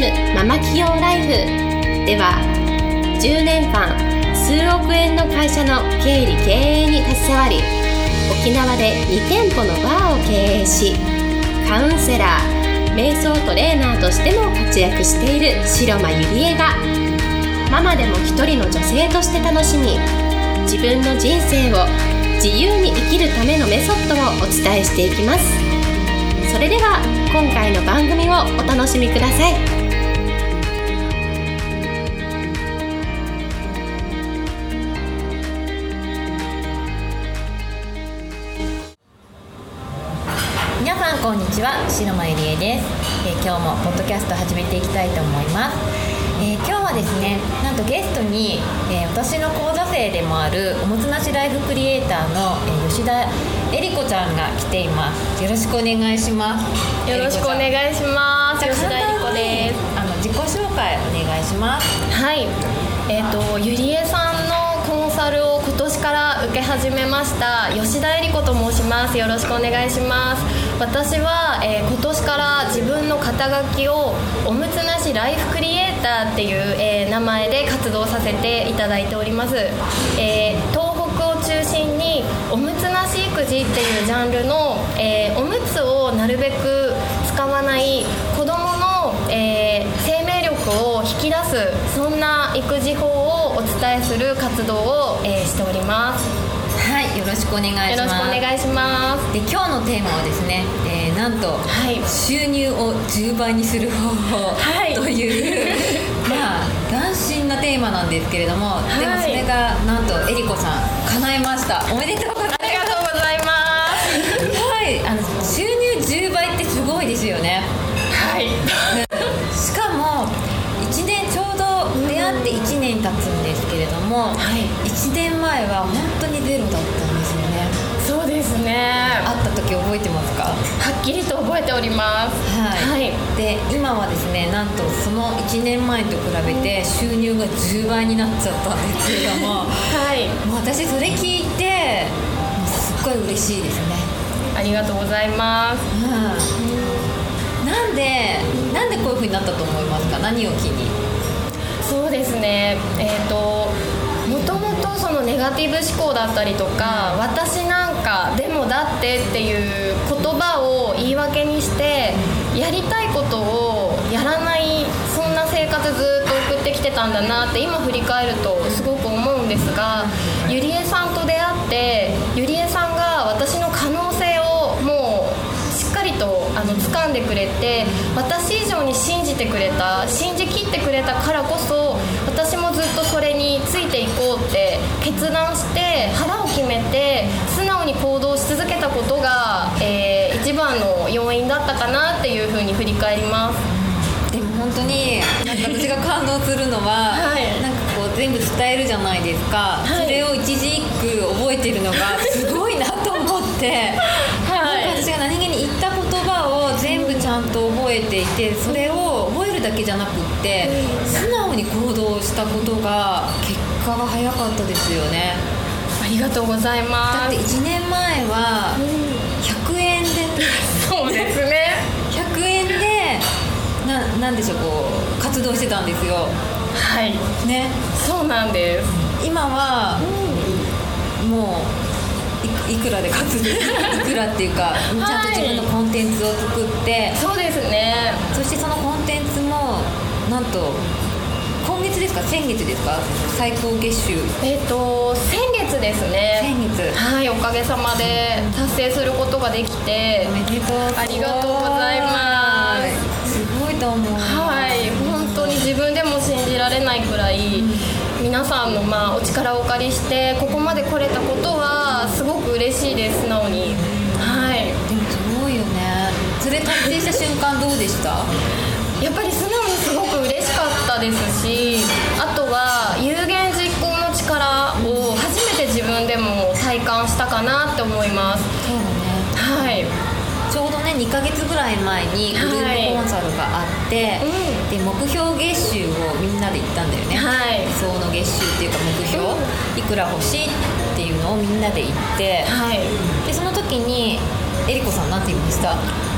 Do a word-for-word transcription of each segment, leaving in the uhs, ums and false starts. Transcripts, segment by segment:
むママ企業ライフでは、じゅうねんかん数億円の会社の経理経営に携わり、沖縄でにてんぽのバーを経営し、カウンセラー、瞑想トレーナーとしても活躍している白間ゆりえが、ママでも一人の女性として楽しみ、自分の人生を自由に生きるためのメソッドをお伝えしていきます。それでは今回の番組をお楽しみください。 皆さんこんにちは、白間ゆりえです。えー、今日もポッドキャスト始めていきたいと思います。えー、今日はですね、なんとゲストに、えー、私の講座生でもあるおもつなしライフクリエイターの、えー、吉田えりこちゃんが来ています。よろしくお願いします。 よろしくお願いします。吉田えりこです。 あの自己紹介お願いします。 はい、えーと、ゆりえさんのコンサルを今年から受け始めました吉田えりこと申します。よろしくお願いします。私は、えー、今年から自分の肩書きをおむつなしライフクリエイターっていう、えー、名前で活動させていただいております。えー、東北を中心におむつなし育児っていうジャンルの、えー、おむつをなるべく使わない子どもの、えー、生命力を引き出す、そんな育児法をお伝えする活動を、えー、しております。 はい、よろしくお願いします。 よろしくお願いします。 で、今日のテーマはですね、えー、なんと、はい、収入をじゅうばいにする方法、はい、というまあ斬新なテーマなんですけれども、はい、でもそれがなんとえりこさん叶いました。おめでとうございます。 ありがとうございます。 はい、あの収入じゅうばいってすごいですよね。 はい。 しかもいちねんちょうど出会っていちねん経つんですけれども、はい、いちねんまえは本当にゼロだったんですよね。 そうですね。 会った時覚えてますか？ はっきりと覚えております。 はい、はい、で今はですね、なんとそのいちねんまえと比べて収入がじゅうばいになっちゃったんですけれども、はい、もう私それ聞いてもうすっごい嬉しいですね。 ありがとうございます。うん、 なんでなんでこういう風になったと思いますか？何を機に？ そうですね、えーともともとそのネガティブ思考だったりとか、私なんかでもだってっていう言葉を言い訳にしてやりたいことをやらない、そんな生活ずっと送ってきてたんだなって今振り返るとすごく思うんですが、ゆりえさんと出会ってゆりえさんが私の可能性をもうしっかりとあの掴んでくれて、私以上に信じてくれた、信じきってくれたからこそ、私もずっとそれについていこうって決断して腹を決めて素直に行動し続けたことが、えー、一番の要因だったかなっていうふうに振り返ります。 でも本当になんか私が感動するのは、はい、なんかこう全部伝えるじゃないですか、はい、それを一字一句覚えてるのがすごいなと思って、はい、なんか私が何気に言った言葉を全部ちゃんと覚えていて、それを覚えるだけじゃなくって素直に行動したことが結果が早かったですよね。 ありがとうございます。 だっていちねんまえはひゃくえんで、うん、 そうですねひゃくえんでな, なんでしょうこう活動してたんですよ。 はいね、 そうなんです。 今は、うん、もう い, いくらで活動いくらっていうかちゃんと自分のコンテンツを作って、はい、 そうですね。 そしてそのコンテンツもなんと今月ですか先月ですか、最高月収えっ、ー、と先月ですね。 先月、 はい、おかげさまで達成することができて、 おめでとう。 ありがとうございます。 すごいと思う。 はい、本当に自分でも信じられないくらい、うん、皆さんの、まあ、お力をお借りしてここまで来れたことはすごく嬉しいです。素直に、はい。 でもすごいよね。それ達成した瞬間どうでした？ やっぱり素直にすごく嬉しかったですし、あとは有言実行の力を初めて自分でも体感したかなって思います。 そうだね。 はい。 ちょうどねにかげつぐらい前にグループコンサルがあって、はい、で目標月収をみんなで言ったんだよね。はい。理想の月収っていうか目標、うん、いくら欲しいっていうのをみんなで言って、はい、でその時にえりこさんなんて言いました？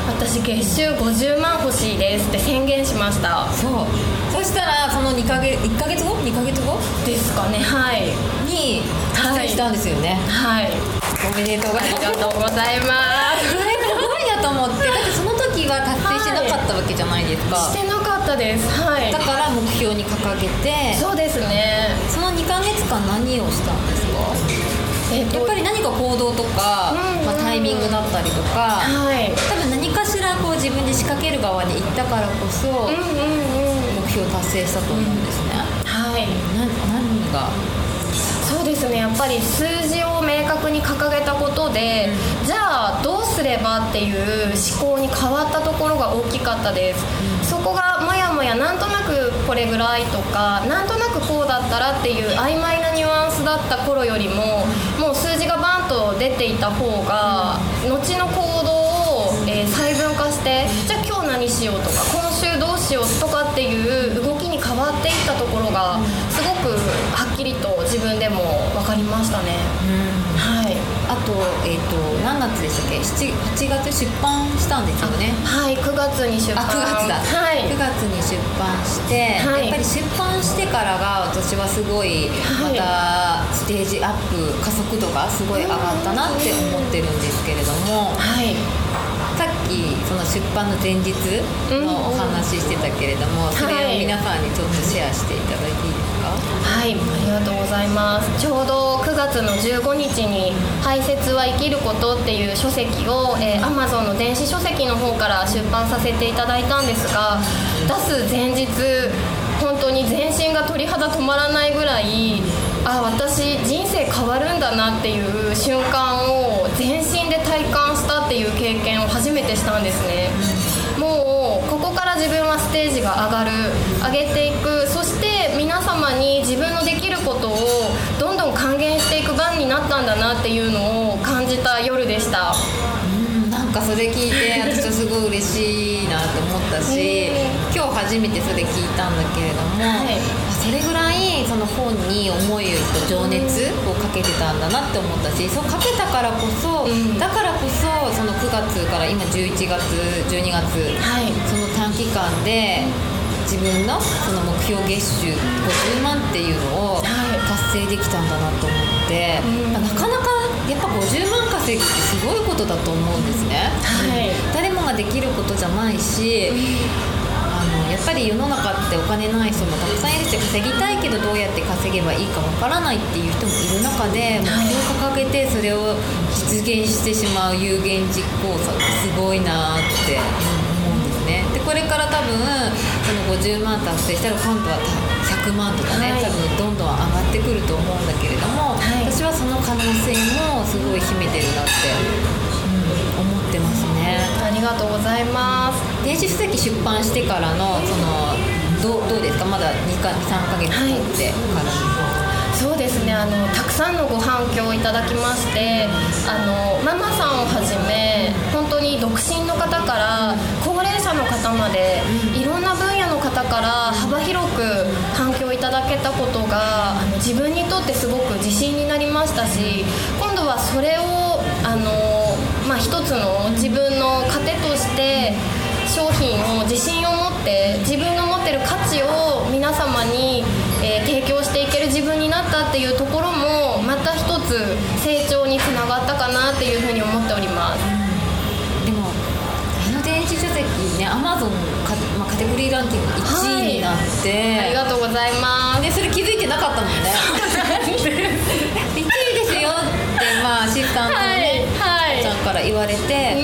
私月収ごじゅうまん欲しいですって宣言しました。 そうそしたらそのにかげついっかげつごにかげつごですかね、はいに達成したんですよね。 はい、はい、 おめでとうございます。 ありがとうございますそれすごいなと思って、だってその時は達成してなかったわけじゃないですか。 はい、してなかったです、はい、 だから目標に掲げて。 そうですね。 そのにかげつかん何をしたんですか？えー、やっぱり何か行動とか、うんうん、まあ、タイミングだったりとか、はい、多分何かしらこう自分で仕掛ける側に行ったからこそ、うんうんうん、目標を達成したと思うんですね、うん、はい。な何が？ そうですね、やっぱり数字を明確に掲げたことで、うん、じゃあどうすればっていう思考に変わったところが大きかったです、うん、そこがもやもやなんとなくこれぐらいとかなんとなくこうだったらっていう曖昧なニュアンスだった頃よりも、もう数字がバンと出ていた方が、うん、後の行動を、えー、細分化して、じゃあ今日何しようとか今週どうしようとかっていう動きに変わっていったところがすごくはっきりと自分でも分かりましたね、うん、はい。 あと、えーと、何月でしたっけ？ はちがつ出版したんですよね。 はい、くがつに出版。 あ、くがつだ、はい、くがつに出版して、はい、やっぱり出版してからが私はすごいまたステージアップ、加速度がすごい上がったなって思ってるんですけれども、はい、さっきその出版の前日のお話ししてたけれども、うん、それを皆さんにちょっとシェアしていただいていいですか？ はい、ありがとうございます。ちょうどくがつのじゅうごにちに排泄は生きることっていう書籍を、えー、Amazon の電子書籍の方から出版させていただいたんですが、出す前日本当に全身が鳥肌止まらないぐらい、あ、私人生変わるんだなっていう瞬間を全身で体感したっていう経験を初めてしたんですね。もうここから自分はステージが上がる、上げていく、そして皆様に自分のできることをどんどん還元していく番になったんだなっていうのを感じた夜でした。 なんかそれ聞いて私はすごい嬉しいなと思ったし、今日初めてそれ聞いたんだけれども、はい、それぐらいその本に思いと情熱をかけてたんだなって思ったし、そうかけたからこそ、うん、だからこそそのくがつから今じゅういちがつじゅうにがつ、はい、その短期間で自分のその目標月収ごじゅうまんっていうのを達成できたんだなと思って、はい、なかなかやっぱごじゅうまん稼ぎってすごいことだと思うんですね、はい、誰もができることじゃないし、あのやっぱり世の中ってお金ない人もたくさんいるし、稼ぎたいけどどうやって稼げばいいかわからないっていう人もいる中で、目標を掲げてそれを実現してしまう有言実行さってすごいなって思うんですね。でこれから多分そのごじゅうまん達成したら今度はひゃくまんとかね、はい、多分どんどん上がってくると思うんだけれども、はい、私はその可能性もすごい秘めてるなって、うん、思ってますね。 ありがとうございます。 電子書籍出版してからのその ど, どうですか？まだにかさんかげつ経ってから、はい、 そうですね、あのたくさんのご反響をいただきまして、あのママさんをはじめ本当に独身の方から高齢者の方まで、いろんな分野の方から幅広く反響いただけたことが、あの自分にとってすごく自信になりましたし、今度はそれをあの、まあ、一つの自分の糧として商品を自信を持って自分の持ってる価値を皆様に、えー、提供していける自分になったっていうところもまた一つ成長につながったかなっていうふうに思っております。 でもあの電子書籍ね、 Amazon か、まあ、カテゴリーランキングいちいになって、 はい、ありがとうございます。 でそれ気づいてなかったもんねいちいですよって、まあ、アシスタントのね、はいはい、ちゃんから言われて、うんうん、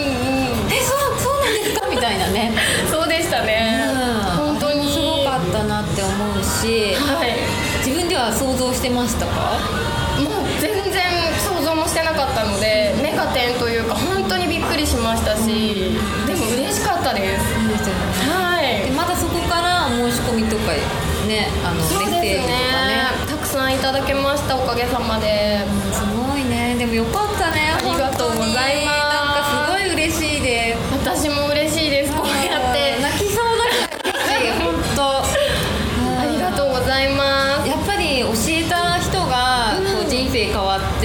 えそうそうなんですかみたいなねそうでしたね、 うん、本当にすごかったなって思うし、はい、自分では想像してましたか？ もう全然想像もしてなかったので、目が点というか本当にびっくりしましたし、うん、でも嬉しかったです。そうですよね、はい、 でまだそこから申し込みとかね、あのメッセージとかね、 たくさんいただけました、おかげさまで、 うん、すごいね。でもよかったね、 ありがとうございます。 なんかすごい嬉しいです。 私も嬉しいです。こうやって泣きそうだから本当ありがとうございます。 やっぱり教えた人がこう人生変わって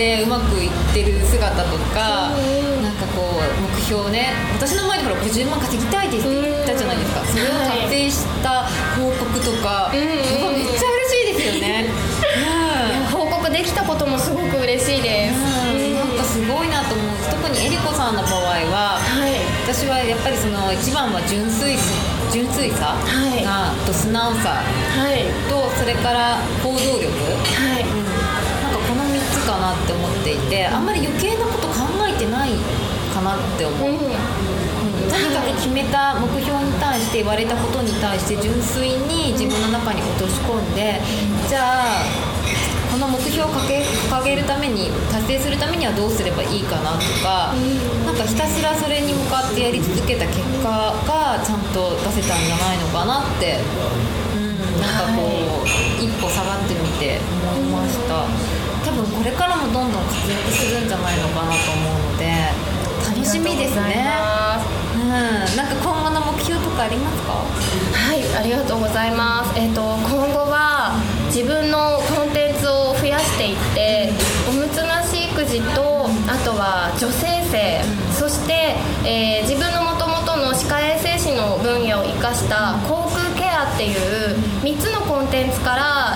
でうまくいってる姿とか、なんかこう目標ね、私の前でほらごじゅうまん稼ぎたいですって言ったじゃないですか。それを達成した報告とか、はい、めっちゃ嬉しいですよね。 うん、報告できたこともすごく嬉しいです。 うん、なんかすごいなと思う。特にえりこさんの場合は、はい、私はやっぱりその一番は純粋純粋さが、はい、と素直さ、はい、とそれから行動力、はい、うん、なんかこのみっつかなって思っていて、あんまり余計なこと考えてないかなって思う、うんうん、とにかく決めた目標に対して言われたことに対して純粋に自分の中に落とし込んで、じゃあこの目標を掲げるために達成するためにはどうすればいいかなとか、なんかひたすらそれに向かってやり続けた結果がちゃんと出せたんじゃないのかなって、うん、なんかこう、はい、一歩下がってみて思いました。多分これからもどんどん活躍するんじゃないのかなと思うので楽しみですね。うん、なんか今後の目標とかありますか？ はい、ありがとうございます。えっと、今後は自分のコンテンツを増やしていって、おむつなし育児と、あとは女性性、うん、そして、えー、自分の元々の歯科衛生士の分野を生かした口腔ケアっていうみっつのコンテンツから、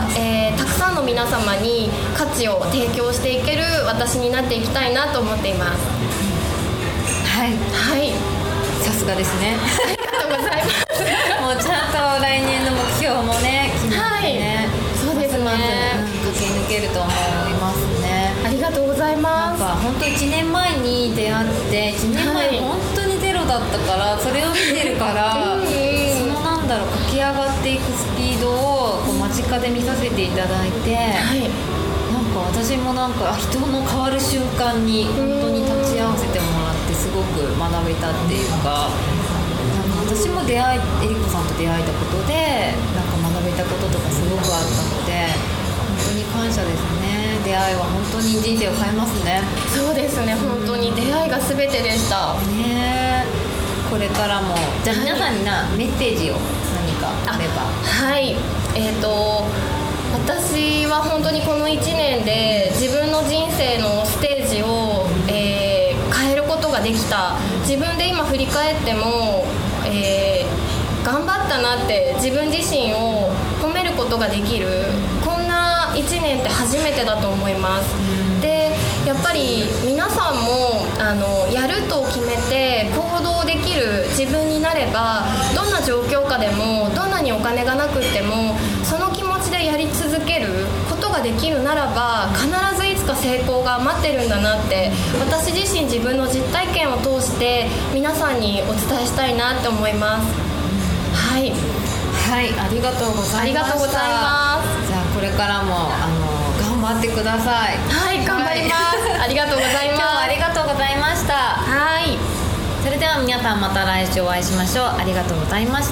えー、たくさんの皆様に価値を提供していける私になっていきたいなと思っています。 はい、 はい、 さすがですね。 ありがとうございます。 もうちゃんと来年の目標もね決まってね、 はい、そうですね、 まずまず、うん、駆け抜けると思いますね。 ありがとうございます。 なんか本当いちねんまえに出会っていちねんまえ本当にゼロだったから、それを見てるからそのなんだろう駆け上がっていくスピードをこう間近で見させていただいて、はい、なんか私もなんか人の変わる瞬間に本当に立ち会わせてもらってすごく学べたっていうか、なんか私も出会いえりこさんと出会えたことでなんか学べたこととかすごくあったので本当に感謝ですね。出会いは本当に人生を変えますね。 そうですね、本当に出会いが全てでしたね。これからもじゃあ皆さんにな、はい、メッセージを何かあれば。 はい、えーと私は本当にこのいちねんで自分の人生のステージを、えー、変えることができた。自分で今振り返っても、えー、頑張ったなって自分自身を褒めることができる、こんないちねんって初めてだと思います。でやっぱり皆さんもあのやると決めて行動できる自分になれば、どんな状況下でもどんなにお金がなくってもその気持ちでやり続けることができるならば、必ずいつか成功が待ってるんだなって、私自身自分の実体験を通して皆さんにお伝えしたいなって思います。はい、 はい、ありがとうございました。 ありがとうございます。 じゃあこれからもあの頑張ってください。 はい、頑張ります、はい、ありがとうございます。 今日はありがとうございました。 はい、 それでは皆さんまた来週お会いしましょう。ありがとうございました。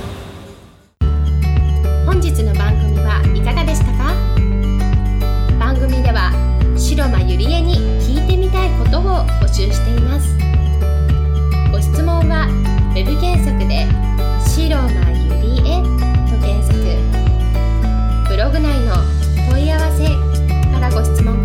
本日の番組はいかがでしたか？番組では白間ゆりえに聞いてみたいことを募集しています。ご質問はウェブ検索で白間ゆりえと検索、ブログ内の問い合わせからご質問